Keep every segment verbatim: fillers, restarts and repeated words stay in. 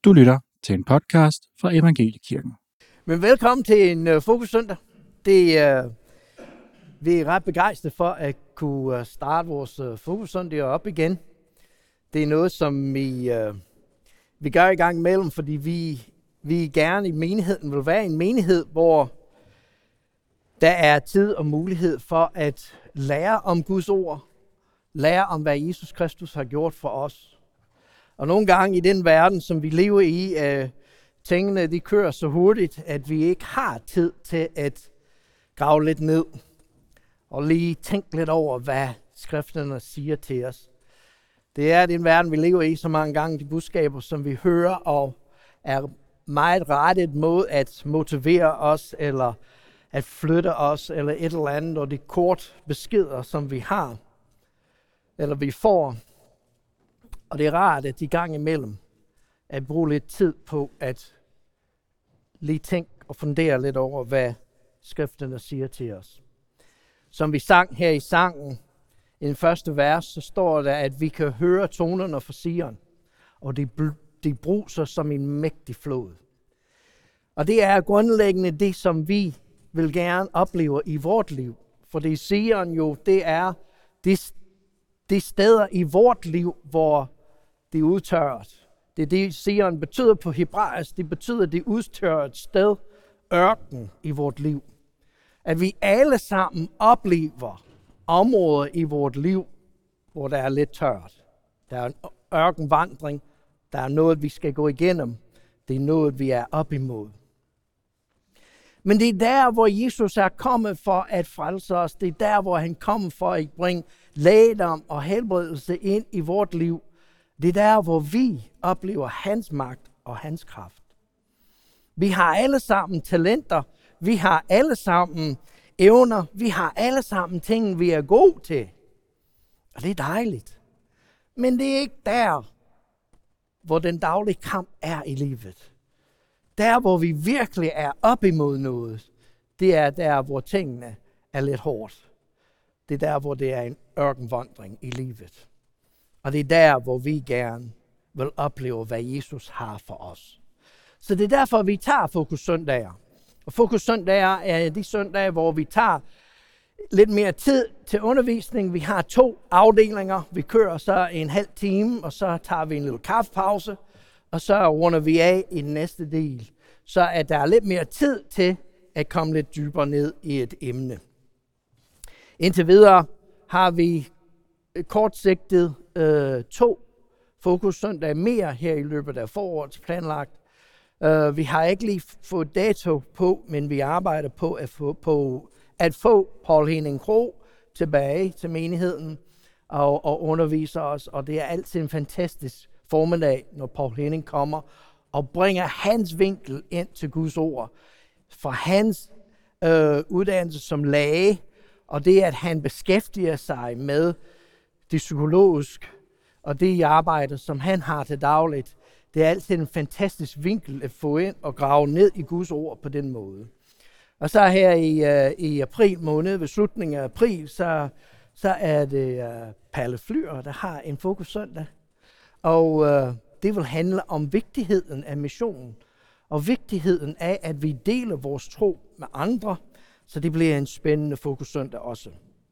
Du lytter til en podcast fra Evangeliekirken. Men velkommen til en uh, Fokus Søndag. Det, uh, vi er ret begejstrede for at kunne uh, starte vores uh, Fokus Søndag op igen. Det er noget, som vi, uh, vi gør i gang imellem, fordi vi, vi gerne i menigheden vil være en menighed, hvor der er tid og mulighed for at lære om Guds ord, lære om, hvad Jesus Kristus har gjort for os. Og nogle gange i den verden, som vi lever i, uh, tingene de kører så hurtigt, at vi ikke har tid til at grave lidt ned og lige tænke lidt over, hvad skrifterne siger til os. Det er den verden, vi lever i så mange gange, de budskaber, som vi hører, og er meget rettet mod at motivere os, eller at flytte os, eller et eller andet, og de kort beskeder, som vi har, eller vi får. Og det er rart, at de gang imellem at bruge lidt tid på at lige tænke og fundere lidt over, hvad skrifterne siger til os. Som vi sang her i sangen, i den første vers, så står der, at vi kan høre tonerne fra Sion, og de, de bruser som en mægtig flod. Og det er grundlæggende det, som vi vil gerne opleve i vort liv. For det Sion jo, det er de, de steder i vort liv, hvor det er udtørret. Det er det, Sion betyder på hebraisk. Det betyder det udtørret sted, ørken i vort liv. At vi alle sammen oplever områder i vort liv, hvor der er lidt tørt. Der er en ørkenvandring. Der er noget, vi skal gå igennem. Det er noget, vi er op imod. Men det er der, hvor Jesus er kommet for at frelse os. Det er der, hvor han kommer for at bringe lægedom og helbredelse ind i vort liv. Det er der, hvor vi oplever hans magt og hans kraft. Vi har alle sammen talenter. Vi har alle sammen evner. Vi har alle sammen ting, vi er gode til. Og det er dejligt. Men det er ikke der, hvor den daglige kamp er i livet. Der, hvor vi virkelig er op imod noget, det er der, hvor tingene er lidt hårdt. Det er der, hvor det er en ørkenvandring i livet. Og det er der, hvor vi gerne vil opleve, hvad Jesus har for os. Så det er derfor, vi tager Fokus Søndager. Og Fokus Søndager er de søndage, hvor vi tager lidt mere tid til undervisning. Vi har to afdelinger. Vi kører så en halv time, og så tager vi en lille kaffepause. Og så runder vi af i den næste del. Så at der er lidt mere tid til at komme lidt dybere ned i et emne. Indtil videre har vi kortsigtet øh, to Fokus Søndage mere her i løbet af foråret planlagt. Uh, vi har ikke lige fået dato på, men vi arbejder på at få, på at få Paul Henning Krog tilbage til menigheden og, og undervise os. Og det er altid en fantastisk formiddag, når Paul Henning kommer og bringer hans vinkel ind til Guds ord. For hans øh, uddannelse som læge, og det at han beskæftiger sig med det psykologiske og det arbejde, som han har til dagligt, det er altid en fantastisk vinkel at få ind og grave ned i Guds ord på den måde. Og så her i, uh, i april måned, ved slutningen af april, så, så er det uh, Palle Flyer, der har en Fokus Søndag. Og uh, det vil handle om vigtigheden af missionen, og vigtigheden af, at vi deler vores tro med andre, så det bliver en spændende Fokus Søndag også.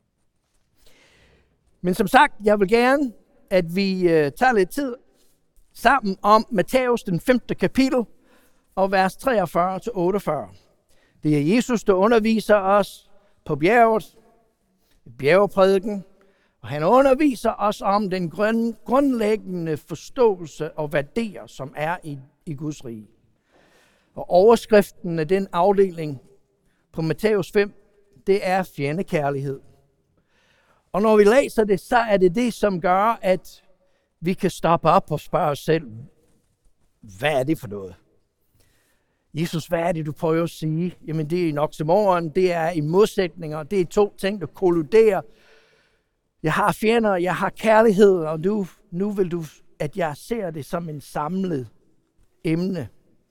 Men som sagt, jeg vil gerne, at vi uh, tager lidt tid sammen om Matthæus, den femte kapitel, og vers treogfyrre til otteogfyrre. Det er Jesus, der underviser os på bjerget, bjergeprædiken, og han underviser os om den grundlæggende forståelse og værdier, som er i, i Guds rige. Og overskriften af den afdeling på Matthæus fem, det er fjendekærlighed. Og når vi læser det, så er det det, som gør, at vi kan stoppe op og spørge os selv, hvad er det for noget? Jesus, hvad er det, du prøver at sige? Jamen, det er en oxymoron, det er i modsætninger, det er to ting, der kolliderer. Jeg har fjender, jeg har kærlighed, og nu, nu vil du, at jeg ser det som en samlet emne.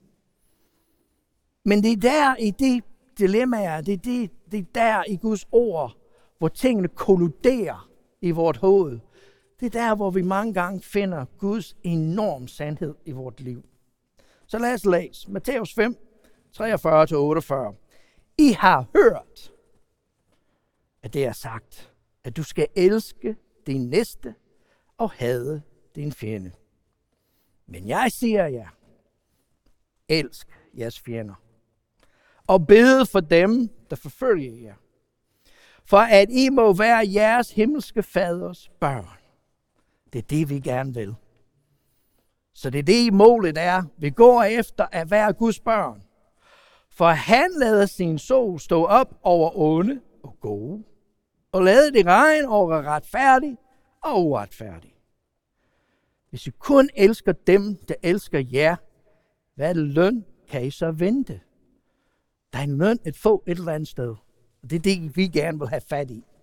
Men det er der i de dilemmaer, det er, det, det er der i Guds ord, hvor tingene kolliderer i vort hoved. Det er der, hvor vi mange gange finder Guds enorm sandhed i vort liv. Så lad os læse Matthæus fem, treogfyrre til otteogfyrre. I har hørt, at det er sagt, at du skal elske din næste og hade din fjende. Men jeg siger jer, elsk jeres fjender, og bed for dem, der forfølger jer, for at I må være jeres himmelske faders børn. Det er det, vi gerne vil. Så det er det, målet er. Vi går efter at være Guds børn. For han lader sin sol stå op over onde og gode, og lader det regne over retfærdig og uretfærdig. Hvis I kun elsker dem, der elsker jer, hvad løn kan I så vente? Der er en løn at få et eller andet sted. Og det er det, vi gerne vil have fat i.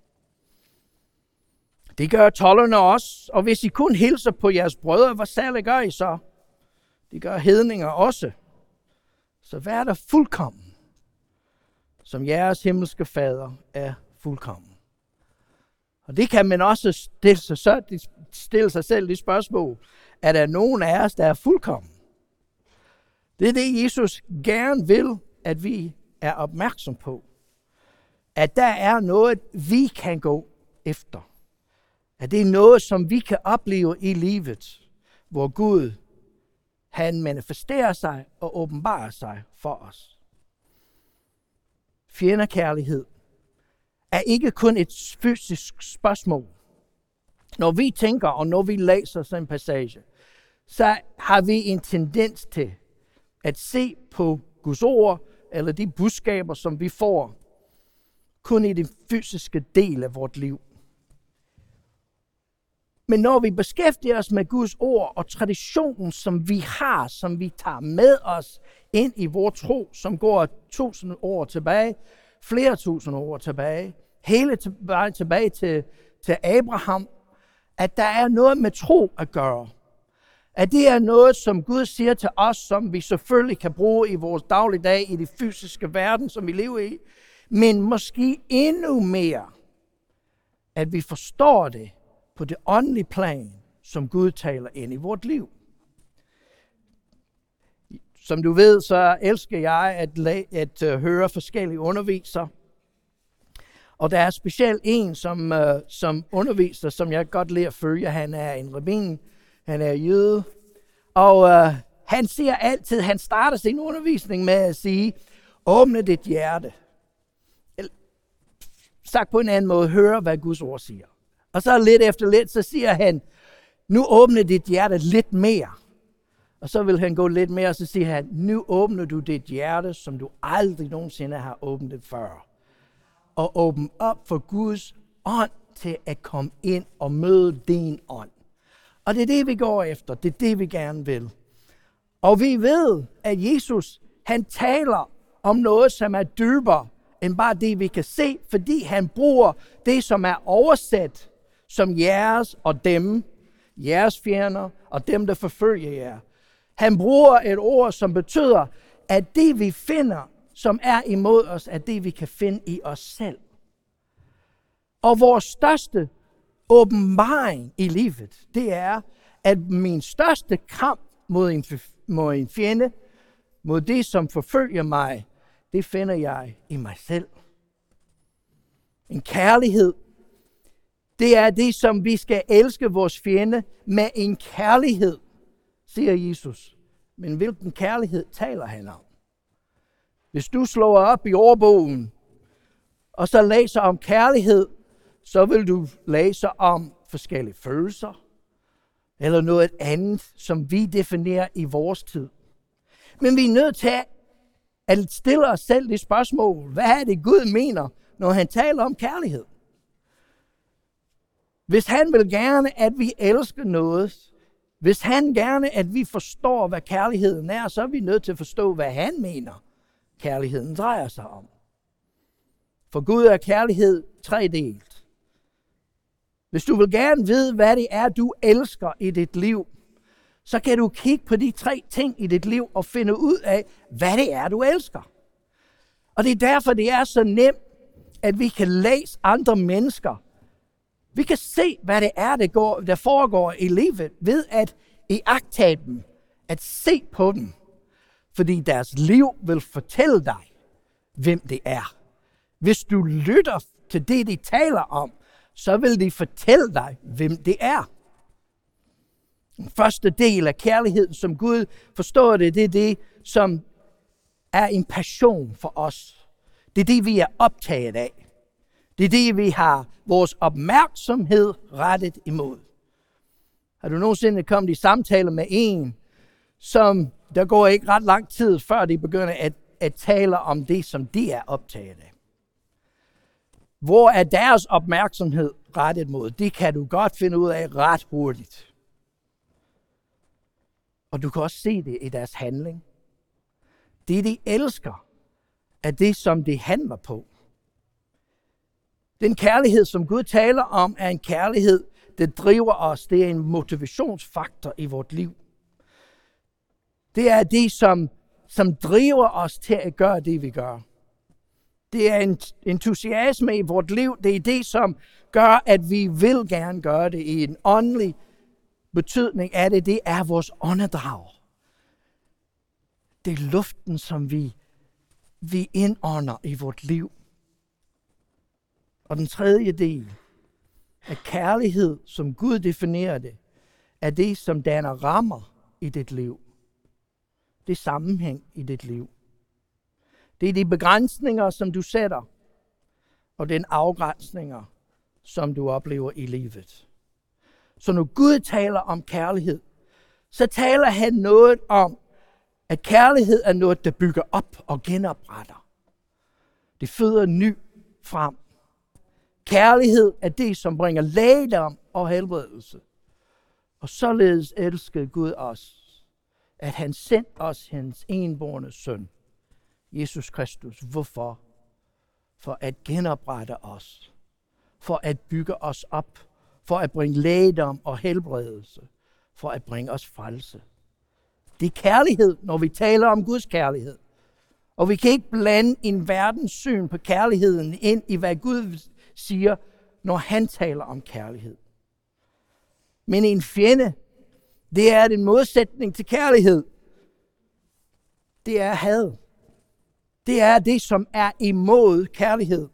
Det gør tolderne også, og hvis I kun hilser på jeres brødre, hvad særligt gør I så? Det gør hedninger også. Så vær der fuldkommen, som jeres himmelske fader er fuldkommen. Og det kan man også stille sig, så, stille sig selv det spørgsmål, er der nogen af os, der er fuldkommen? Det er det, Jesus gerne vil, at vi er opmærksom på. At der er noget, vi kan gå efter. At det er noget, som vi kan opleve i livet, hvor Gud, han manifesterer sig og åbenbarer sig for os. Fjenderkærlighed er ikke kun et fysisk spørgsmål. Når vi tænker, og når vi læser sådan en passage, så har vi en tendens til at se på Guds ord, eller de budskaber, som vi får, kun i den fysiske del af vort liv. Men når vi beskæftiger os med Guds ord og traditionen, som vi har, som vi tager med os ind i vores tro, som går tusind år tilbage, flere tusind år tilbage, hele tilbage, tilbage til, til Abraham, at der er noget med tro at gøre. At det er noget, som Gud siger til os, som vi selvfølgelig kan bruge i vores dagligdag, i det fysiske verden, som vi lever i, men måske endnu mere, at vi forstår det på det åndelige plan, som Gud taler ind i vort liv. Som du ved, så elsker jeg at, at, at høre forskellige undervisere. Og der er specielt en, som, uh, som underviser, som jeg godt lide at følge. Han er en rabbin, han er jøde. Og uh, han siger altid, han starter sin undervisning med at sige, åbne dit hjerte. Sagt på en anden måde, høre hvad Guds ord siger. Og så lidt efter lidt, så siger han, nu åbner dit hjerte lidt mere. Og så vil han gå lidt mere, og så siger han, nu åbner du dit hjerte, som du aldrig nogensinde har åbnet før. Og åbne op for Guds ånd til at komme ind og møde din ånd. Og det er det, vi går efter. Det er det, vi gerne vil. Og vi ved, at Jesus, han taler om noget, som er dybere end bare det, vi kan se, fordi han bruger det, som er oversat som jeres og dem, jeres fjender og dem, der forfølger jer. Han bruger et ord, som betyder, at det, vi finder, som er imod os, er det, vi kan finde i os selv. Og vores største åbenbaring i livet, det er, at min største kamp mod en, mod en fjende, mod det, som forfølger mig, det finder jeg i mig selv. En kærlighed, det er det, som vi skal elske vores fjende med en kærlighed, siger Jesus. Men hvilken kærlighed taler han om? Hvis du slår op i ordbogen, og så læser om kærlighed, så vil du læse om forskellige følelser, eller noget andet, som vi definerer i vores tid. Men vi er nødt til at stille os selv det spørgsmål, hvad er det Gud mener, når han taler om kærlighed? Hvis han vil gerne, at vi elsker noget, hvis han gerne, at vi forstår, hvad kærligheden er, så er vi nødt til at forstå, hvad han mener, kærligheden drejer sig om. For Gud er kærlighed tredelt. Hvis du vil gerne vide, hvad det er, du elsker i dit liv, så kan du kigge på de tre ting i dit liv og finde ud af, hvad det er, du elsker. Og det er derfor, det er så nemt, at vi kan læse andre mennesker. Vi kan se, hvad det er, der, går, der foregår i livet, ved at iagttage dem, at se på dem. fordi deres liv vil fortælle dig, hvem det er. Hvis du lytter til det, de taler om, så vil de fortælle dig, hvem det er. Den første del af kærligheden, som Gud forstår det, det er det, som er en passion for os. Det er det, vi er optaget af. Det er det, vi har vores opmærksomhed rettet imod. Har du nogensinde kommet i samtale med en, som der går ikke ret lang tid, før de begynder at, at tale om det, som de er optaget af? Hvor er deres opmærksomhed rettet mod? Det kan du godt finde ud af ret hurtigt. Og du kan også se det i deres handling. Det, de elsker, er det, som de handler på. Den kærlighed, som Gud taler om, er en kærlighed, der driver os. Det er en motivationsfaktor i vort liv. Det er det, som, som driver os til at gøre det, vi gør. Det er en entusiasme i vort liv. Det er det, som gør, at vi vil gerne gøre det i en åndelig betydning af det. Det er vores åndedrag. Det er luften, som vi, vi indånder i vort liv. Og den tredje del af kærlighed, som Gud definerer det, er det, som danner rammer i dit liv. Det er sammenhæng i dit liv. Det er de begrænsninger, som du sætter, og den afgrænsninger, som du oplever i livet. Så når Gud taler om kærlighed, så taler han noget om, at kærlighed er noget, der bygger op og genopretter. Det føder ny frem. Kærlighed er det, som bringer lægedom og helbredelse. Og således elskede Gud os, at han sendte os hans enbårne søn, Jesus Kristus. Hvorfor? For at genoprette os. For at bygge os op. For at bringe lægedom og helbredelse. For at bringe os frelse. Det er kærlighed, når vi taler om Guds kærlighed. Og vi kan ikke blande en verdens syn på kærligheden ind i, hvad Gud siger, når han taler om kærlighed. Men en fjende, det er en modsætning til kærlighed. Det er had. Det er det, som er imod kærlighed.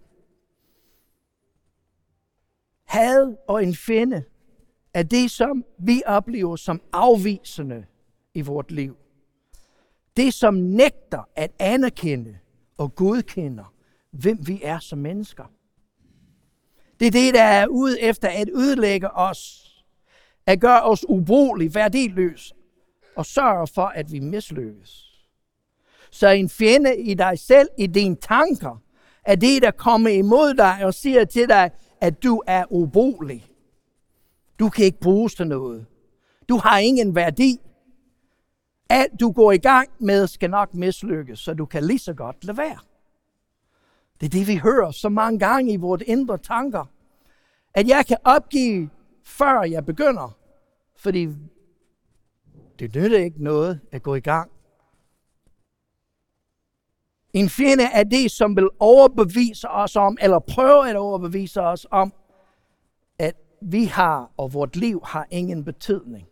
Had og en fjende er det, som vi oplever som afvisende i vort liv. Det, som nægter at anerkende og godkende, hvem vi er som mennesker. Det er det, der er ude efter at ødelægge os, at gøre os ubrugelige, værdiløse og sørge for, at vi mislykkes. Så en fjende i dig selv, i dine tanker, er det, der kommer imod dig og siger til dig, at du er ubrugelig. Du kan ikke bruges til noget. Du har ingen værdi. Alt du går i gang med, skal nok mislykkes, så du kan lige så godt lade være. Det er det, vi hører så mange gange i vores indre tanker. At jeg kan opgive, før jeg begynder. Fordi det nytter ikke noget at gå i gang. En fjende er det, som vil overbevise os om, eller prøve at overbevise os om, at vi har, og vort liv har ingen betydning.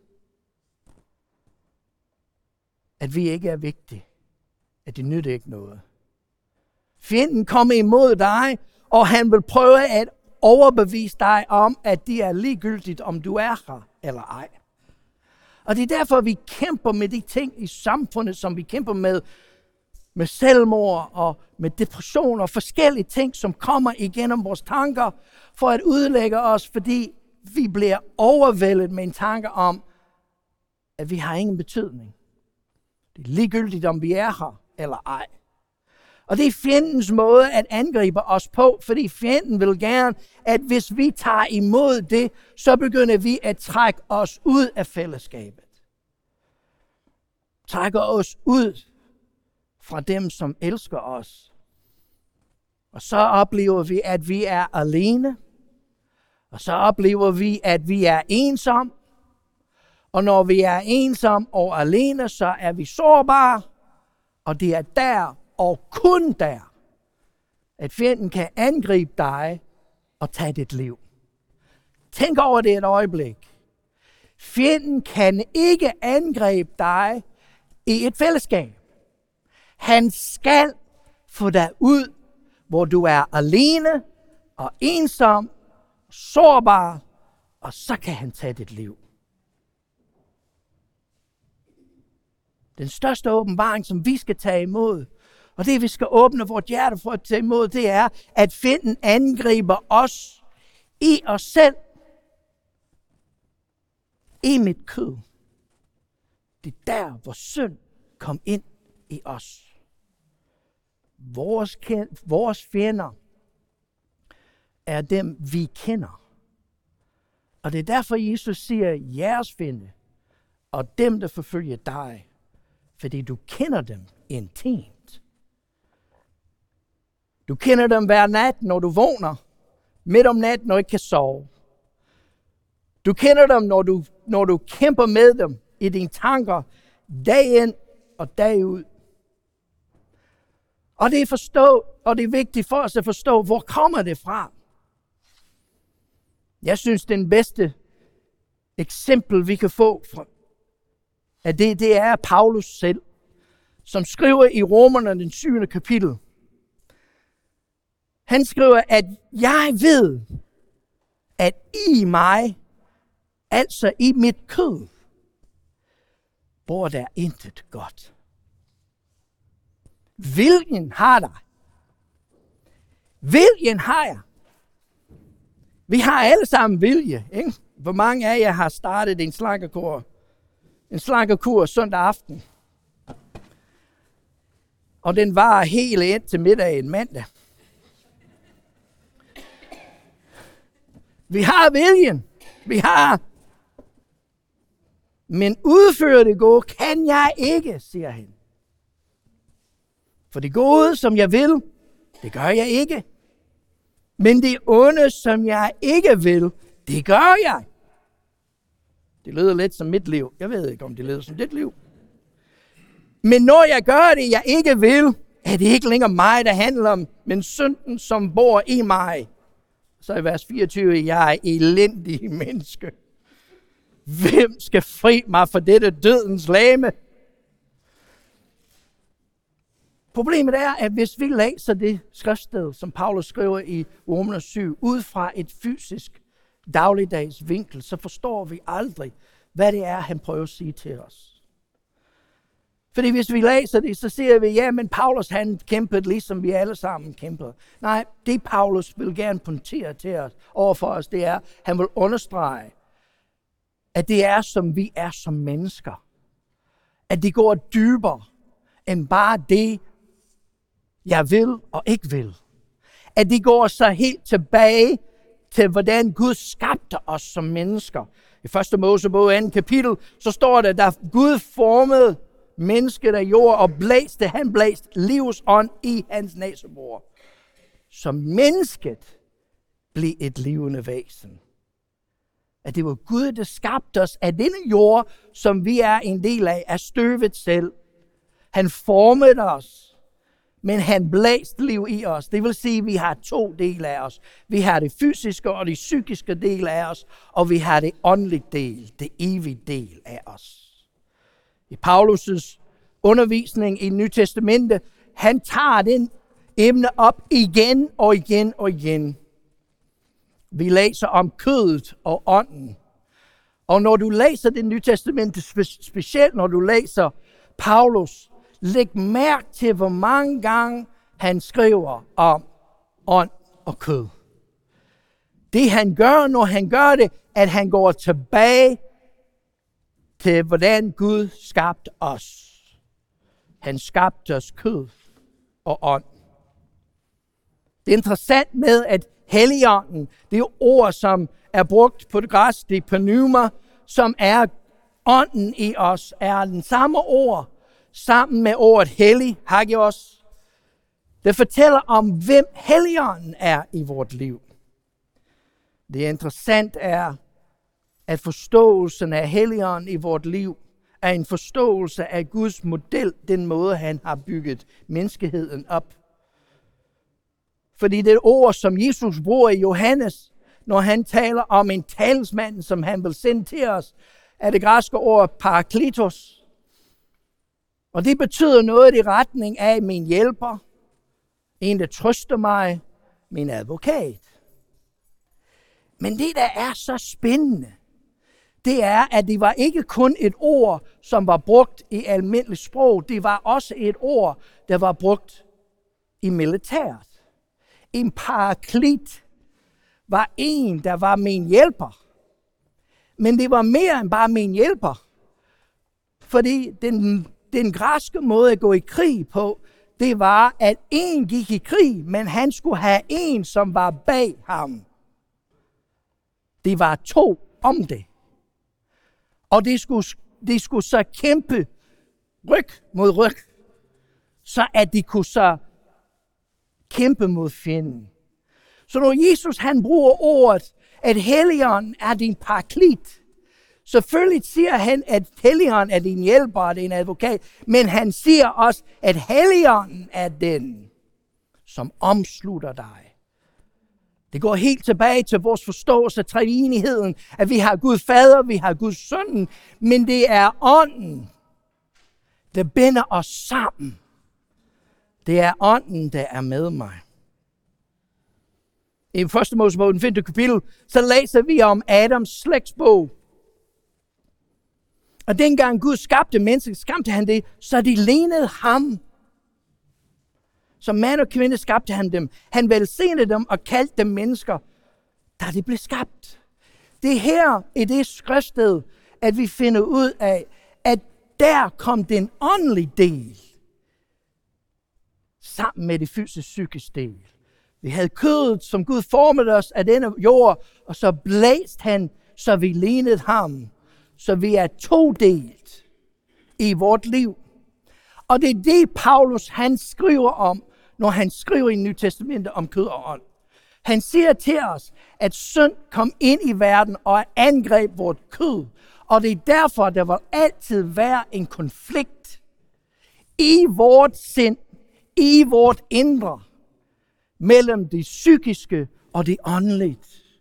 At vi ikke er vigtige. At det nytter ikke noget. Fjenden kommer imod dig, og han vil prøve at overbevise dig om, at det er ligegyldigt, om du er her eller ej. Og det er derfor, vi kæmper med de ting i samfundet, som vi kæmper med, med selvmord og med depression og forskellige ting, som kommer igennem vores tanker, for at udlægge os, fordi vi bliver overvældet med en tanke om, at vi har ingen betydning. Det er ligegyldigt, om vi er her eller ej. Og det er fjendens måde at angribe os på, fordi fjenden vil gerne, at hvis vi tager imod det, så begynder vi at trække os ud af fællesskabet. Trækker os ud fra dem, som elsker os. Og så oplever vi, at vi er alene. Og så oplever vi, at vi er ensomme. Og når vi er ensomme og alene, så er vi sårbare. Og det er der, og kun der, at fjenden kan angribe dig og tage dit liv. Tænk over det et øjeblik. Fjenden kan ikke angribe dig i et fællesskab. Han skal få dig ud, hvor du er alene og ensom, sårbar, og så kan han tage dit liv. Den største åbenbaring, som vi skal tage imod, og det vi skal åbne vores hjerte for at tage imod, det er, at fjenden angriber os i os selv. I mit kød. Det er der, hvor synd kom ind i os. Vores, vores fjender er dem, vi kender. Og det er derfor, Jesus siger, jeres fjende og dem, der forfølger dig. Fordi du kender dem intimt. Du kender dem hver nat, når du vågner. Midt om natten, når du ikke kan sove. Du kender dem, når du, når du kæmper med dem i dine tanker, dag ind og dag ud. Og det er forstå, og det er vigtigt for os at forstå, hvor kommer det fra? Jeg synes, den bedste eksempel, vi kan få fra, at det, det er Paulus selv, som skriver i Romerne den syvende kapitel. Han skriver, at jeg ved, at i mig, altså i mit kød, bor der intet godt. Viljen har dig. Viljen har jeg. Vi har alle sammen vilje, ikke? Hvor mange af jer har startet en slankekur? En slankekur søndag aften. Og den var helt ind til middag en mandag. Vi har viljen. Vi har. Men udføre det gode kan jeg ikke, siger han. For det gode, som jeg vil, det gør jeg ikke. Men det onde, som jeg ikke vil, det gør jeg. Det lyder lidt som mit liv. Jeg ved ikke, om det lyder som dit liv. Men når jeg gør det, jeg ikke vil, er det ikke længere mig, der handler om, men synden, som bor i mig. Så i vers fireogtyve, jeg er elendig menneske. Hvem skal fri mig for dette dødens legeme? Problemet er, at hvis vi læser det skriftsted, som Paulus skriver i Romerne syv, ud fra et fysisk dagligdags vinkel, så forstår vi aldrig, hvad det er, han prøver at sige til os. Fordi hvis vi læser det, så siger vi, ja, men Paulus han kæmpede, ligesom vi alle sammen kæmpede. Nej, det Paulus vil gerne pointere til os, overfor os, det er, han vil understrege, at det er, som vi er som mennesker. At det går dybere end bare det, jeg vil og ikke vil. At det går så helt tilbage til, hvordan Gud skabte os som mennesker. I første Mosebog andet kapitel, så står det, at Gud formede mennesket af jord og blæste, han blæste livsånd i hans næsebor. Så mennesket blev et levende væsen. At det var Gud, der skabte os af denne jord, som vi er en del af, af støvet selv. Han formede os, men han blæste liv i os. Det vil sige, at vi har to dele af os. Vi har det fysiske og det psykiske del af os, og vi har det åndelige del, det evige del af os. I Paulus' undervisning i Nye Testamente, han tager den emne op igen og igen og igen. Vi læser om kødet og ånden. Og når du læser det Nye Testamente, specielt når du læser Paulus, læg mærke til, hvor mange gange han skriver om ånd og kød. Det han gør, når han gør det, at han går tilbage til, hvordan Gud skabte os. Han skabte os kød og ånd. Det er interessant med, at Helligånden, det er ord, som er brugt på det græs, det er pneuma, som er ånden i os, er den samme ord, sammen med ordet hellig, hagios. Det fortæller om, hvem Helligånden er i vort liv. Det interessant er, at forståelsen af Helligånden i vort liv er en forståelse af Guds model, den måde, han har bygget menneskeheden op. Fordi det ord, som Jesus bruger i Johannes, når han taler om en talsmand, som han vil sende til os, er det græske ord parakletos. Og det betyder noget i retning af min hjælper, en der trøster mig, min advokat. Men det, der er så spændende, det er, at det var ikke kun et ord, som var brugt i almindeligt sprog. Det var også et ord, der var brugt i militæret. En paraklit var en, der var min hjælper. Men det var mere end bare min hjælper. Fordi den, den græske måde at gå i krig på, det var, at en gik i krig, men han skulle have en, som var bag ham. Det var to om det. Og det skulle, det skulle så kæmpe ryg mod ryg, så at de kunne så kæmpe mod fjenden. Så når Jesus han bruger ordet, at Helligånden er din paraklit, selvfølgelig siger han, at Helligånden er din hjælper og din advokat, men han siger også, at Helligånden er den, som omslutter dig. Det går helt tilbage til vores forståelse af treenigheden, at vi har Gud Fader, vi har Gud Søn, men det er ånden, der binder os sammen. Det er ånden, der er med mig. I første Mosebog, den femte kapitel, så læser vi om Adams slægtsbog. Og dengang Gud skabte mennesker, skabte han det, så de lignede ham. Som mand og kvinde skabte han dem. Han velsignede dem og kaldte dem mennesker, da de blev skabt. Det er her i det skriftsted, at vi finder ud af, at der kom den åndelige del sammen med det fysisk psykiske del. Vi havde kødet, som Gud formede os af denne jord, og så blæste han, så vi lignede ham. Så vi er todelt i vort liv. Og det er det, Paulus han skriver om, når han skriver i Nye Testamentet om kød og ånd. Han siger til os, at synd kom ind i verden og angreb vort kød. Og det er derfor, der vil altid være en konflikt i vort sind, i vort indre, mellem det psykiske og det åndelige.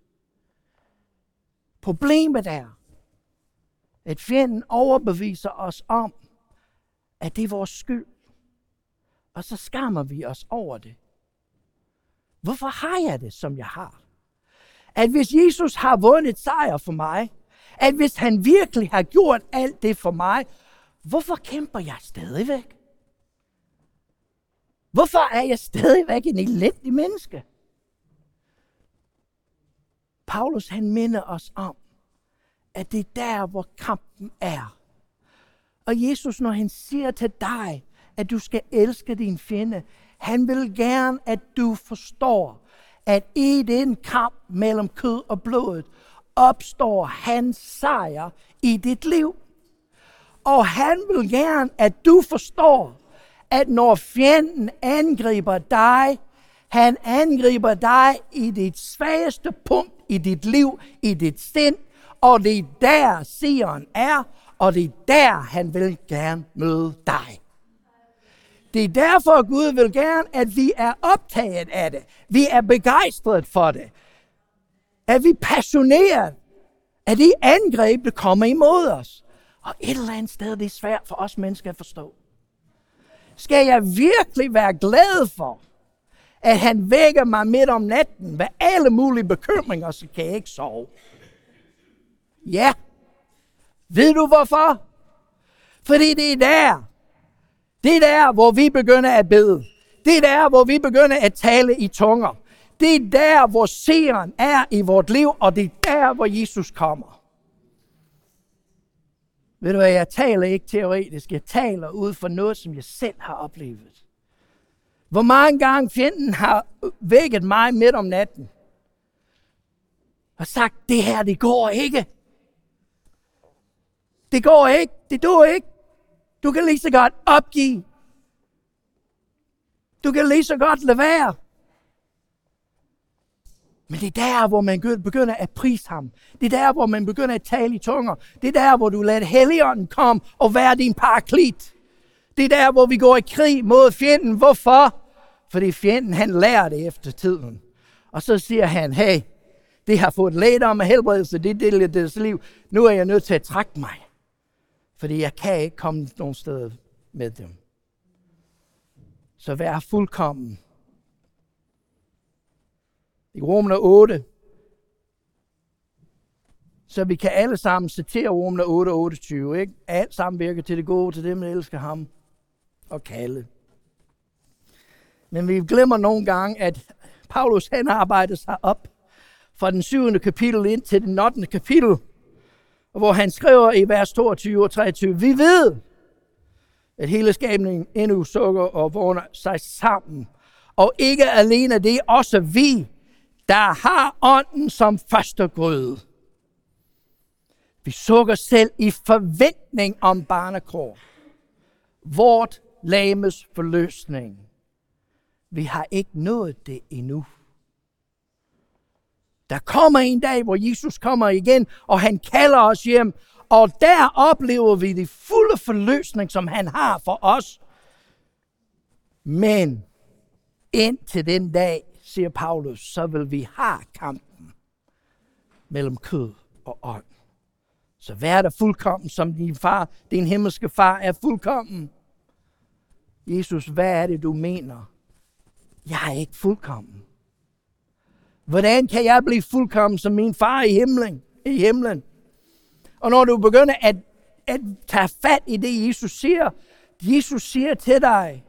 Problemet er, at fjenden overbeviser os om, at det er vores skyld. Og så skammer vi os over det. Hvorfor har jeg det, som jeg har? At hvis Jesus har vundet sejr for mig, at hvis han virkelig har gjort alt det for mig, hvorfor kæmper jeg stadigvæk? Hvorfor er jeg stadigvæk en elendig menneske? Paulus han minder os om, at det er der, hvor kampen er. Og Jesus, når han siger til dig, at du skal elske din fjende, han vil gerne, at du forstår, at i den kamp mellem kød og blodet, opstår hans sejr i dit liv. Og han vil gerne, at du forstår, at når fjenden angriber dig, han angriber dig i dit svageste punkt i dit liv, i dit sind, og det er der sigeren er, og det er der, han vil gerne møde dig. Det er derfor, at Gud vil gerne, at vi er optaget af det. Vi er begejstret for det. At vi er passioneret af de angreb, der kommer imod os. Og et eller andet sted, det er svært for os mennesker at forstå. Skal jeg virkelig være glad for, at han vækker mig midt om natten med alle mulige bekymringer, så kan jeg ikke sove? Ja. Ved du hvorfor? Fordi det er der. Det er der, hvor vi begynder at bede. Det er der, hvor vi begynder at tale i tunger. Det er der, hvor sejren er i vort liv, og det er der, hvor Jesus kommer. Ved du hvad, jeg taler ikke teoretisk. Jeg taler ud for noget, som jeg selv har oplevet. Hvor mange gange fjenden har vækket mig midt om natten og sagt, det her, det går ikke. Det går ikke. Det dur ikke. Du kan lige så godt opgive. Du kan lige så godt lade være. Men det er der, hvor man begynder at prise ham. Det er der, hvor man begynder at tale i tunger. Det er der, hvor du lader Helligånden komme og være din paraklit. Det er der, hvor vi går i krig mod fjenden. Hvorfor? Fordi fjenden, han lærer det efter tiden. Og så siger han, hey, det har fået lægedom og helbredelse, det er del af deres liv. Nu er jeg nødt til at trække mig. Fordi jeg kan ikke komme nogen steder med dem. Så vær fuldkommen. I Romerne otte, så vi kan alle sammen citere Romerne otte, otteogtyve, ikke? Alt sammen virker til det gode, til dem, der elsker ham og kalde. Men vi glemmer nogle gange, at Paulus han arbejder sig op fra den syvende kapitel ind til den ottende kapitel, hvor han skriver i vers toogtyve og treogtyve, vi ved, at hele skabningen endnu sukker og vågner sig sammen. Og ikke alene det, også vi, der har ånden som førstegrøde. Vi sukker selv i forventning om barnekår. Vort lames forløsning. Vi har ikke nået det endnu. Der kommer en dag, hvor Jesus kommer igen, og han kalder os hjem, og der oplever vi det fulde forløsning, som han har for os. Men indtil den dag, siger Paulus, så vil vi have kampen mellem kød og ånd. Så vær der fuldkommen, som din far, din himmelske far er fuldkommen. Jesus, hvad er det, du mener? Jeg er ikke fuldkommen. Hvordan kan jeg blive fuldkommen som min far i himlen? I himlen? Og når du begynder at, at tage fat i det, Jesus siger, Jesus siger til dig,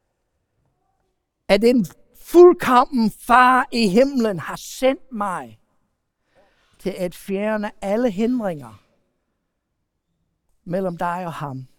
at den fuldkommen far i himlen har sendt mig til at fjerne alle hindringer mellem dig og ham.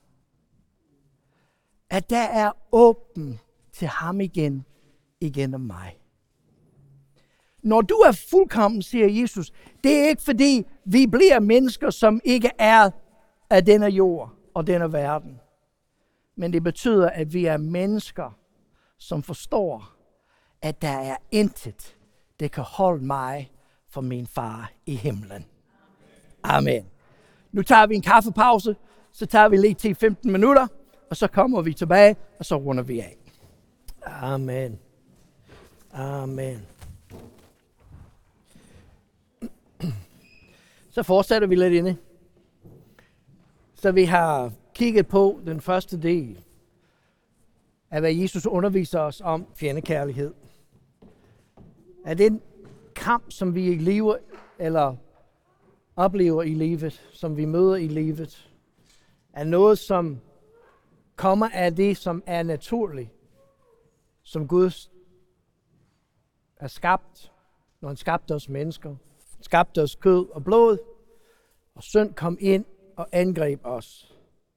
At der er åben til ham igen, igennem mig. Når du er fuldkommen, siger Jesus, det er ikke fordi, vi bliver mennesker, som ikke er af denne jord og denne verden. Men det betyder, at vi er mennesker, som forstår, at der er intet, der kan holde mig fra min far i himlen. Amen. Nu tager vi en kaffepause, så tager vi lige til femten minutter, og så kommer vi tilbage, og så runder vi af. Amen. Amen. Så fortsætter vi lidt inde. Så vi har kigget på den første del af, hvad Jesus underviser os om fjendekærlighed. Er det en kamp, som vi lever eller oplever i livet, som vi møder i livet, er noget, som kommer af det, som er naturligt, som Gud er skabt, når han skabte os mennesker, skabte os kød og blod, og synd kom ind og angreb os.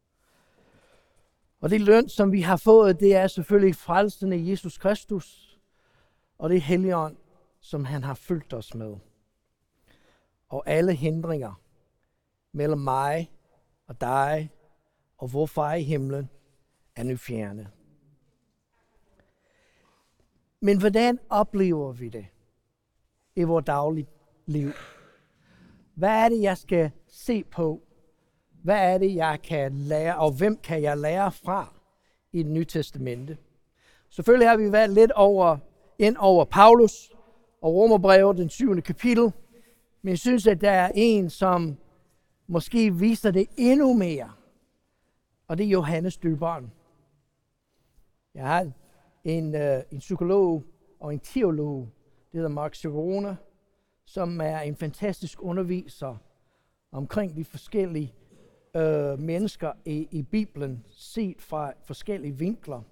Og det løn, som vi har fået, det er selvfølgelig frelsen i Jesus Kristus, og det er Helligånd, som han har fyldt os med. Og alle hindringer mellem mig og dig og vor far i himlen er nu fjernet. Men hvordan oplever vi det i vores daglige liv? Hvad er det, jeg skal se på? Hvad er det, jeg kan lære, og hvem kan jeg lære fra i det nye testamente? Selvfølgelig har vi været lidt over, ind over Paulus og Romerbrevet, den syvende kapitel. Men jeg synes, at der er en, som måske viser det endnu mere. Og det er Johannes Døberen. Jeg har en, øh, en psykolog og en teolog, det hedder Mark Sirona, som er en fantastisk underviser omkring de forskellige øh, mennesker i, i Bibelen, set fra forskellige vinkler.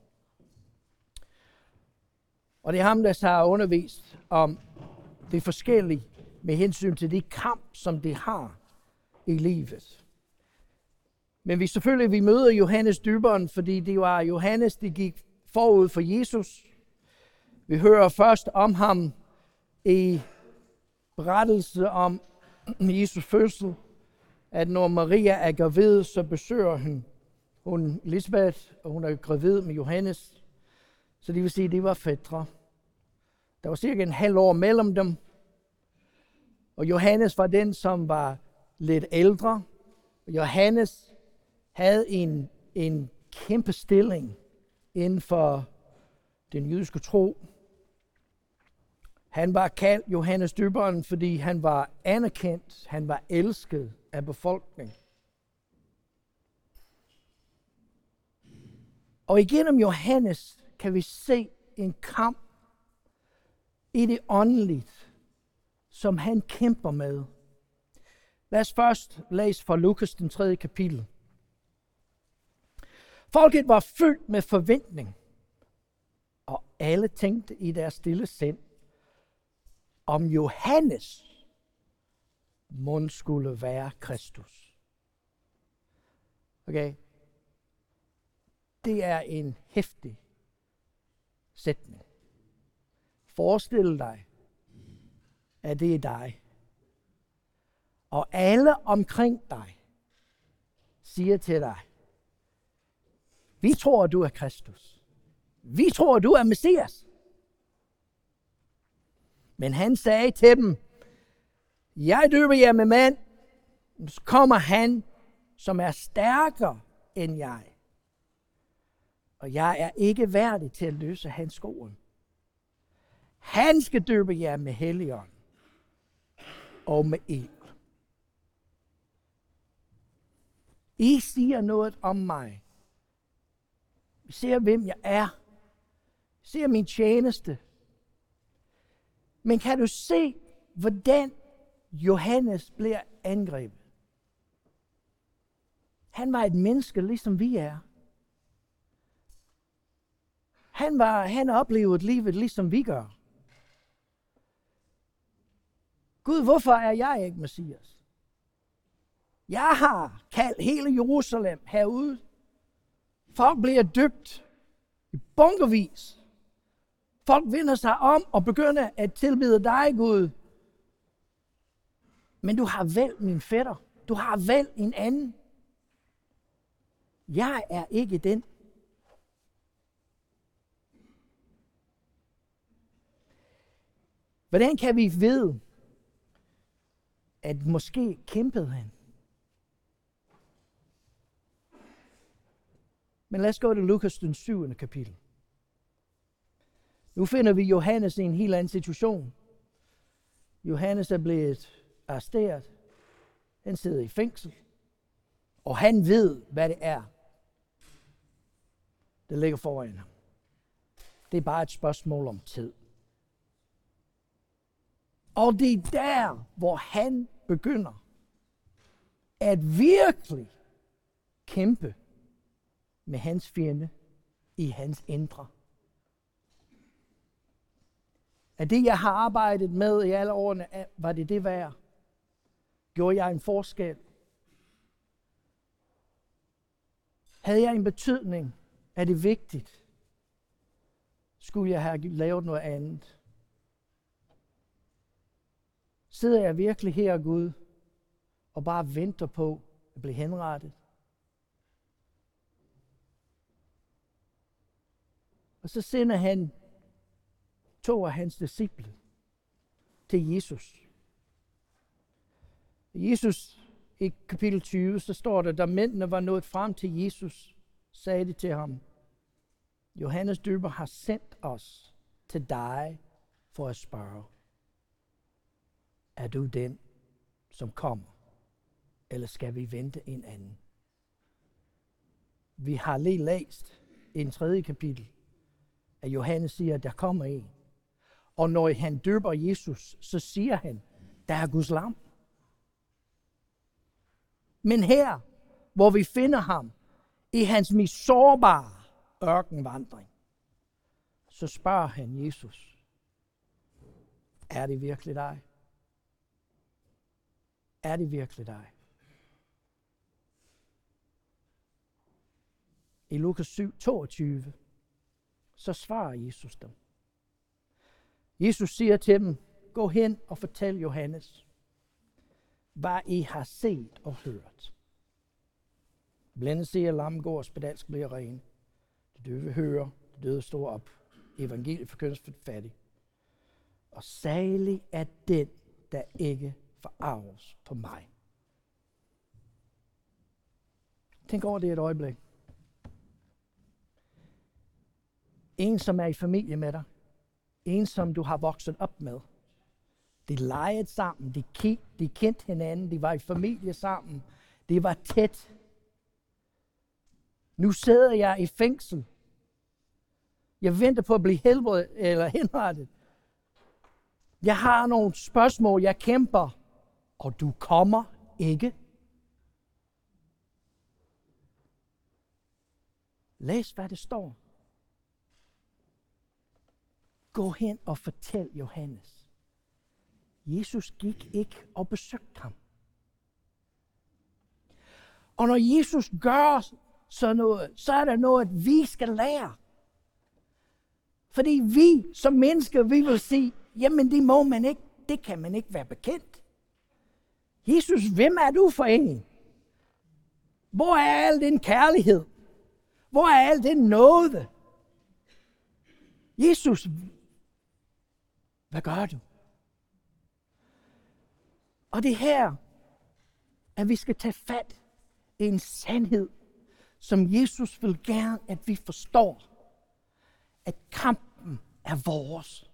Og det er ham, der har undervist om det forskellige med hensyn til de kamp, som det har i livet. Men vi selvfølgelig vi møder Johannes Døberen, fordi det var Johannes, der gik forud for Jesus. Vi hører først om ham i berettelse om Jesus fødsel, at når Maria er gravid, så besøger hun, hun Elisabeth, og hun er gravid med Johannes. Så det vil sige, at de var fætre. Der var cirka en halv år mellem dem. Og Johannes var den, som var lidt ældre. Johannes havde en, en kæmpe stilling inden for den jødiske tro. Han var kaldt Johannes Døberen, fordi han var anerkendt, han var elsket af befolkningen. Og igennem Johannes kan vi se en kamp i det åndeligt, som han kæmper med. Lad os først læse fra Lukas, den tredje kapitel. Folket var fyldt med forventning, og alle tænkte i deres stille sind, om Johannes mund skulle være Kristus. Okay? Det er en heftig sætning. Forestil dig, at det er dig. Og alle omkring dig siger til dig, vi tror, du er Kristus. Vi tror, du er Messias. Men han sagde til dem, jeg døber jer med mand, så kommer han, som er stærkere end jeg. Og jeg er ikke værdig til at løse hans skoen. Han skal døbe jer med Helligånd og med ild. I siger noget om mig. I ser, hvem jeg er. I ser min tjeneste. Men kan du se, hvordan Johannes bliver angrebet? Han var et menneske, ligesom vi er. Han, var, han oplevede livet, ligesom vi gør. Gud, hvorfor er jeg ikke Messias? Jeg har kaldt hele Jerusalem herude. Folk bliver døbt i bunkervis. Folk vender sig om og begynder at tilbede dig, Gud. Men du har valgt min fætter. Du har valgt en anden. Jeg er ikke den. Hvordan kan vi vide, at måske kæmpede han? Men lad os gå til Lukas, den syvende kapitel. Nu finder vi Johannes i en helt anden situation. Johannes er blevet arresteret. Han sidder i fængsel. Og han ved, hvad det er, der ligger foran ham. Det er bare et spørgsmål om tid. Og det er der, hvor han begynder at virkelig kæmpe med hans fjende i hans indre. At det, jeg har arbejdet med i alle årene, var det det værd? Gjorde jeg en forskel? Havde jeg en betydning? Er det vigtigt? Skulle jeg have lavet noget andet? Sidder jeg virkelig her, Gud, og bare venter på at blive henrettet? Og så sender han to af hans disciple til Jesus. Jesus i kapitel tyve, så står der, da mændene var nået frem til Jesus, sagde de til ham, Johannes døber har sendt os til dig for at spørge, er du den, som kommer, eller skal vi vente en anden? Vi har lige læst i en tredje kapitel, at Johannes siger, at der kommer en. Og når han døber Jesus, så siger han, der er Guds lam. Men her, hvor vi finder ham i hans mest sårbare ørkenvandring, så spørger han Jesus, er det virkelig dig? Er det virkelig dig? I Lukas syv, toogtyve, så svarer Jesus dem. Jesus siger til dem, gå hen og fortæl Johannes, hvad I har set og hørt. Blinde ser, lam går, spedalsk bliver ren. De døve hører, de døde står op. Evangeliet forkyndes for fattig. Og salig er den, der ikke forarves på mig. Tænk over det et øjeblik. En, som er i familie med dig. En, som du har vokset op med. De legede sammen, de, ki- de kendte hinanden, de var i familie sammen. Det var tæt. Nu sidder jeg i fængsel Jeg venter på at blive helbredet eller henrettet. Jeg har nogle spørgsmål, jeg kæmper, og du kommer ikke. Læs, hvad det står. Gå hen og fortæl Johannes. Jesus gik ikke og besøgte ham. Og når Jesus gør sådan noget, så er der noget, vi skal lære. Fordi vi som mennesker, vi vil sige, jamen det må man ikke, det kan man ikke være bekendt. Jesus, hvem er du for en? Hvor er al den kærlighed? Hvor er al den nåde? Jesus, hvad gør du? Og det her, at vi skal tage fat i en sandhed, som Jesus vil gerne, at vi forstår, at kampen er vores.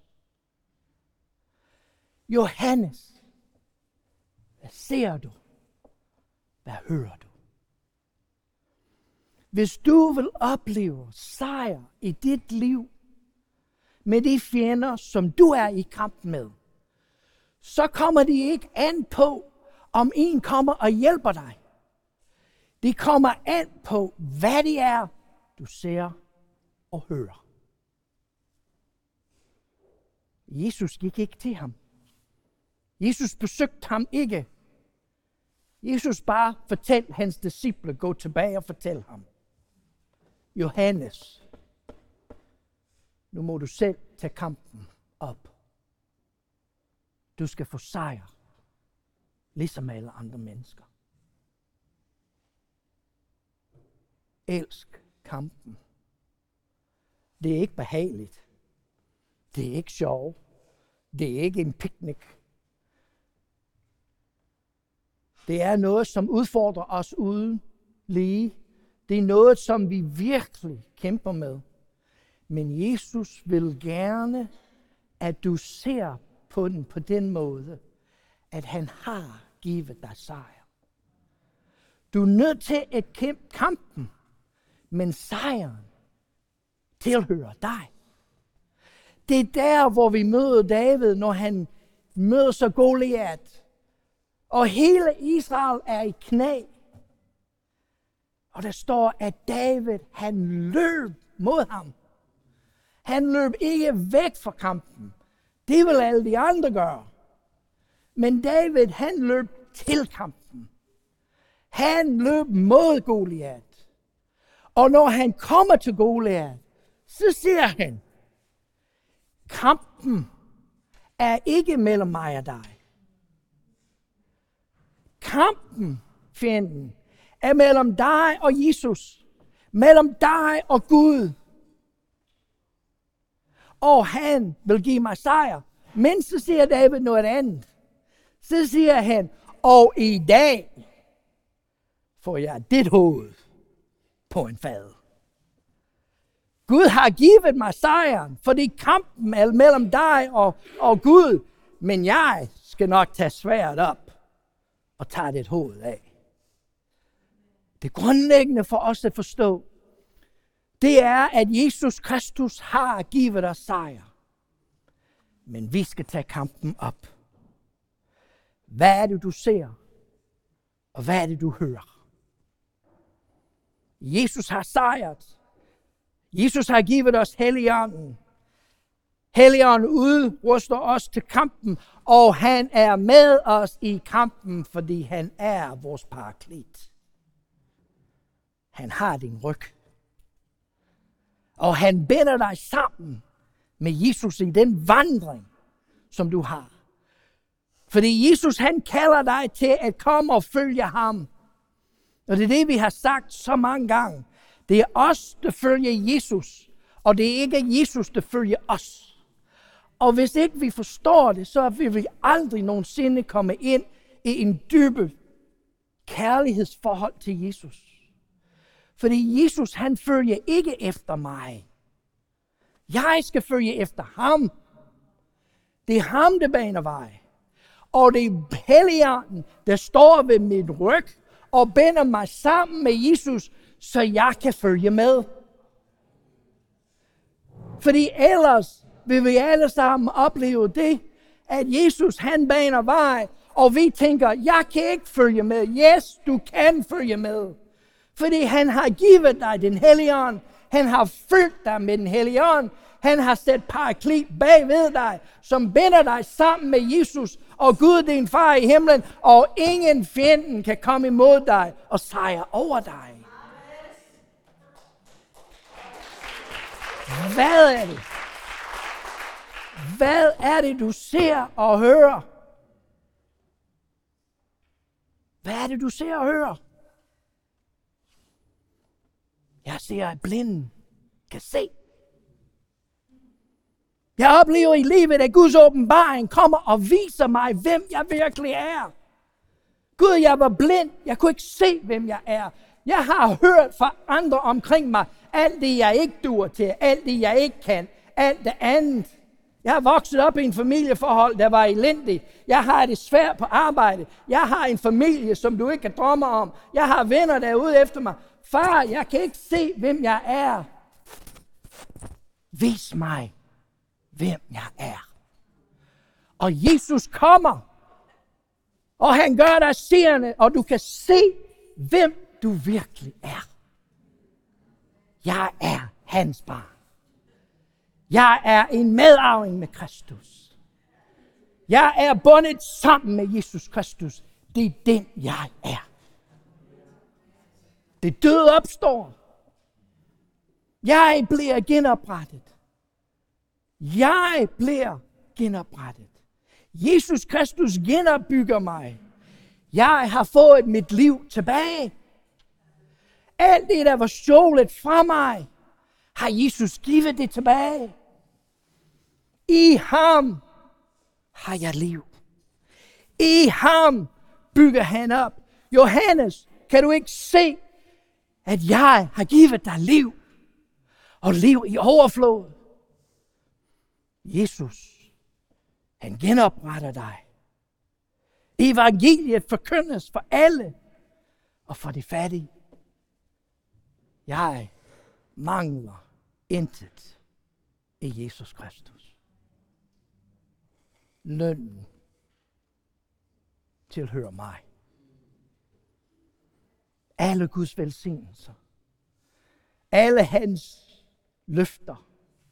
Johannes, hvad ser du? Hvad hører du? Hvis du vil opleve sejr i dit liv med de fjender, som du er i kamp med, så kommer det ikke an på, om en kommer og hjælper dig. Det kommer an på, hvad det er, du ser og hører. Jesus gik ikke til ham. Jesus besøgte ham ikke. Jesus bare fortalte hans disciple, gå tilbage og fortæl ham. Johannes, nu må du selv tage kampen op. Du skal få sejr, ligesom alle andre mennesker. Elsk kampen. Det er ikke behageligt. Det er ikke sjov. Det er ikke en picnic. Det er noget, som udfordrer os uden lige. Det er noget, som vi virkelig kæmper med. Men Jesus vil gerne, at du ser på den på den måde, at han har givet dig sejr. Du er nødt til at kæmpe kampen, men sejren tilhører dig. Det er der, hvor vi møder David, når han møder så Goliat. Og hele Israel er i knæ. Og der står, at David, han løb mod ham. Han løb ikke væk fra kampen. Det vil alle de andre gøre. Men David, han løb til kampen. Han løb mod Goliat. Og når han kommer til Goliat, så siger han, kampen er ikke mellem mig og dig. Kampen, fjenden, er mellem dig og Jesus. Mellem dig og Gud. Og han vil give mig sejr. Men så siger David noget andet. Så siger han, og i dag får jeg dit hoved på en fad. Gud har givet mig sejren, fordi kampen er mellem dig og, og Gud. Men jeg skal nok tage sværdet op og tage dit hoved af. Det grundlæggende for os at forstå, det er, at Jesus Kristus har givet os sejr. Men vi skal tage kampen op. Hvad er det, du ser? Og hvad er det, du hører? Jesus har sejret. Jesus har givet os Helligånden. Helligånden udruster os til kampen, og han er med os i kampen, fordi han er vores paraklit. Han har din ryg. Og han binder dig sammen med Jesus i den vandring, som du har. Fordi Jesus, han kalder dig til at komme og følge ham. Og det er det, vi har sagt så mange gange. Det er os, der følger Jesus, og det er ikke Jesus, der følger os. Og hvis ikke vi forstår det, så vil vi aldrig nogensinde komme ind i en dybe kærlighedsforhold til Jesus. Fordi Jesus, han følger ikke efter mig. Jeg skal følge efter ham. Det er ham, der baner vej. Og det er Helligånden, der står ved min ryg og binder mig sammen med Jesus, så jeg kan følge med. Fordi ellers vil vi alle sammen opleve det, at Jesus han baner vej, og vi tænker, jeg kan ikke følge med. Yes, du kan følge med. Fordi han har givet dig den hellige ånd. Han har fyldt dig med den hellige ånd. Han har sat paraklit bag ved dig, som binder dig sammen med Jesus og Gud, din far i himlen, og ingen fjenden kan komme imod dig og sejre over dig. Hvad er det? Hvad er det, du ser og hører? Hvad er det, du ser og hører? Jeg ser, at blinden kan se. Jeg oplever i livet, at Guds åbenbaring kommer og viser mig, hvem jeg virkelig er. Gud, jeg var blind. Jeg kunne ikke se, hvem jeg er. Jeg har hørt fra andre omkring mig, alt det, jeg ikke duer til, alt det, jeg ikke kan, alt det andet. Jeg har vokset op i en familieforhold, der var elendigt. Jeg har det svært på arbejde. Jeg har en familie, som du ikke kan drømme om. Jeg har venner, der er ude efter mig. Far, jeg kan ikke se, hvem jeg er. Vis mig, hvem jeg er. Og Jesus kommer, og han gør dig seende, og du kan se, hvem du virkelig er. Jeg er hans barn. Jeg er en medarving med Kristus. Jeg er bundet sammen med Jesus Kristus. Det er den, jeg er. Det døde opstår. Jeg bliver genoprettet. Jeg bliver genoprettet. Jesus Kristus genopbygger mig. Jeg har fået mit liv tilbage. Alt det, der var stjålet fra mig, har Jesus givet det tilbage. I ham har jeg liv. I ham bygger han op. Johannes, kan du ikke se, at jeg har givet dig liv? Og liv i overflod. Jesus, han genopretter dig. Evangeliet forkyndes for alle og for de fattige. Jeg mangler intet i Jesus Kristus. Lønnen tilhører mig. Alle Guds velsignelser. Alle hans løfter.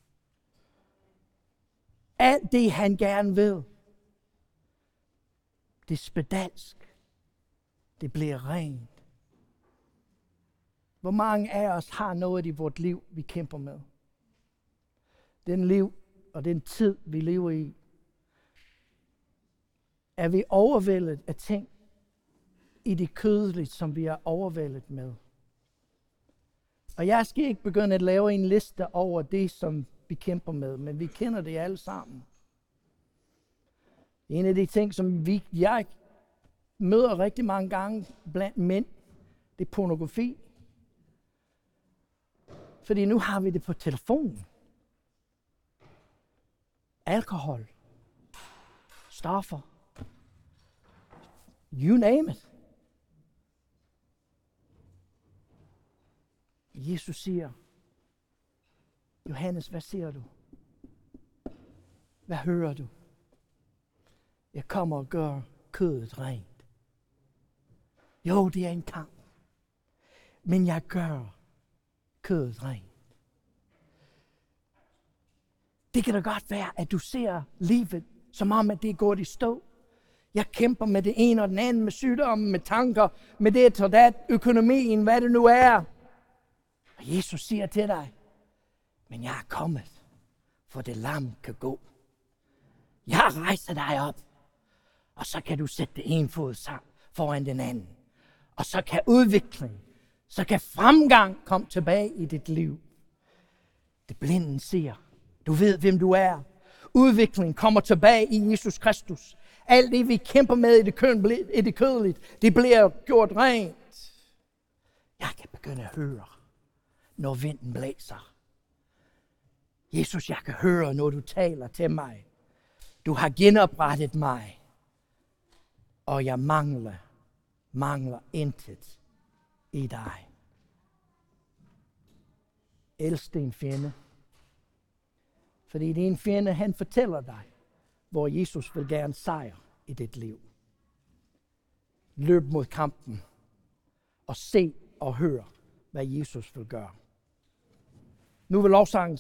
Alt det, han gerne vil. Det er spedalsk. Det bliver rent. Hvor mange af os har noget i vort liv, vi kæmper med? Den liv og den tid, vi lever i. Er vi overvældet af ting i det kødelige, som vi er overvældet med? Og jeg skal ikke begynde at lave en liste over det, som vi kæmper med, men vi kender det alle sammen. En af de ting, som vi, jeg møder rigtig mange gange blandt mænd, det er pornografi. Fordi nu har vi det på telefonen. Alkohol. Stoffer. You name it. Jesus siger, Johannes, hvad siger du? Hvad hører du? Jeg kommer og gør kødet rent. Jo, det er en kamp. Men jeg gør kødet rent. Det kan da godt være, at du ser livet, som om, at det er gået i stå. Jeg kæmper med det ene og den anden, med sygdommen, med tanker, med det og det, økonomien, hvad det nu er. Og Jesus siger til dig, men jeg er kommet, for det lam kan gå. Jeg rejser dig op, og så kan du sætte det ene fod sammen foran den anden. Og så kan udvikling, så kan fremgang komme tilbage i dit liv. Det blinden siger, du ved, hvem du er. Udvikling kommer tilbage i Jesus Kristus. Alt det, vi kæmper med i det, køn, i det kødeligt, det bliver gjort rent. Jeg kan begynde at høre, når vinden blæser. Jesus, jeg kan høre, når du taler til mig. Du har genoprettet mig, og jeg mangler, mangler intet i dig. Elsk din fjende. Fordi din fjende, han fortæller dig, hvor Jesus vil gerne sejre i dit liv. Løb mod kampen og se og hør, hvad Jesus vil gøre. Nu vil lovsangen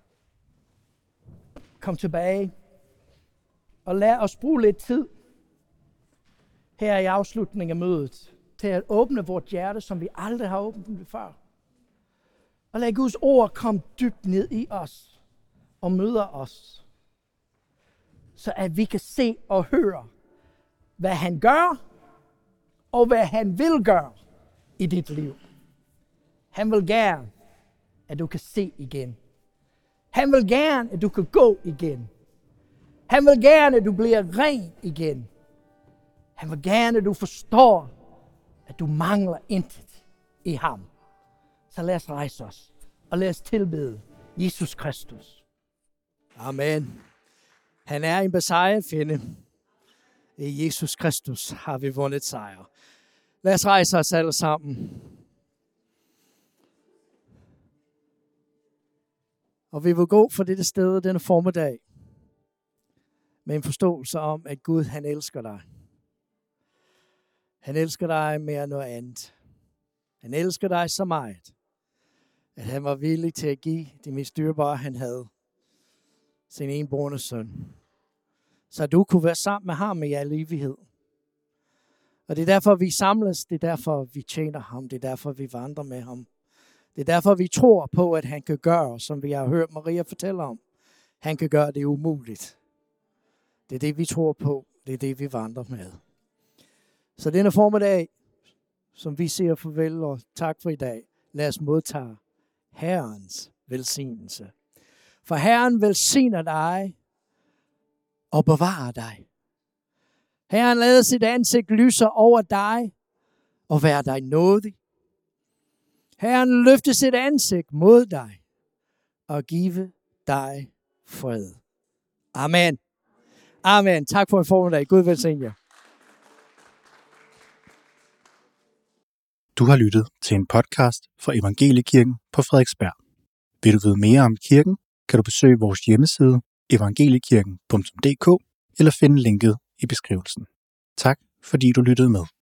komme tilbage og lad os bruge lidt tid her i afslutningen af mødet til at åbne vores hjerte, som vi aldrig har åbnet det før. Og lad Guds ord komme dybt ned i os og møde os, så at vi kan se og høre, hvad han gør og hvad han vil gøre i dit liv. Han vil gerne, at du kan se igen. Han vil gerne, at du kan gå igen. Han vil gerne, at du bliver ren igen. Han vil gerne, at du forstår, at du mangler intet i ham. Så lad os rejse os, og lad os tilbede Jesus Kristus. Amen. Han er en besejret fjende. I Jesus Kristus har vi vundet sejr. Lad os rejse os alle sammen. Og vi vil gå fra dette sted denne formiddag med en forståelse om, at Gud, han elsker dig. Han elsker dig mere end noget andet. Han elsker dig så meget, at han var villig til at give det mest dyrebare, han havde, sin enborne søn. Så du kunne være sammen med ham i al evighed. Og det er derfor, vi samles. Det er derfor, vi tjener ham. Det er derfor, vi vandrer med ham. Det er derfor, vi tror på, at han kan gøre, som vi har hørt Maria fortælle om. Han kan gøre det umuligt. Det er det, vi tror på. Det er det, vi vandrer med. Så denne formiddag, som vi siger farvel og tak for i dag, lad os modtage Herrens velsignelse. For Herren velsigner dig og bevarer dig. Herren lader sit ansigt lyse over dig og være dig nådig. Herren løfter sit ansigt mod dig og give dig fred. Amen. Amen. Tak for en formiddag. Gud velsigne jer. Du har lyttet til en podcast fra Evangeliekirken på Frederiksberg. Vil du vide mere om kirken, kan du besøge vores hjemmeside evangeliekirken punktum d k eller finde linket i beskrivelsen. Tak fordi du lyttede med.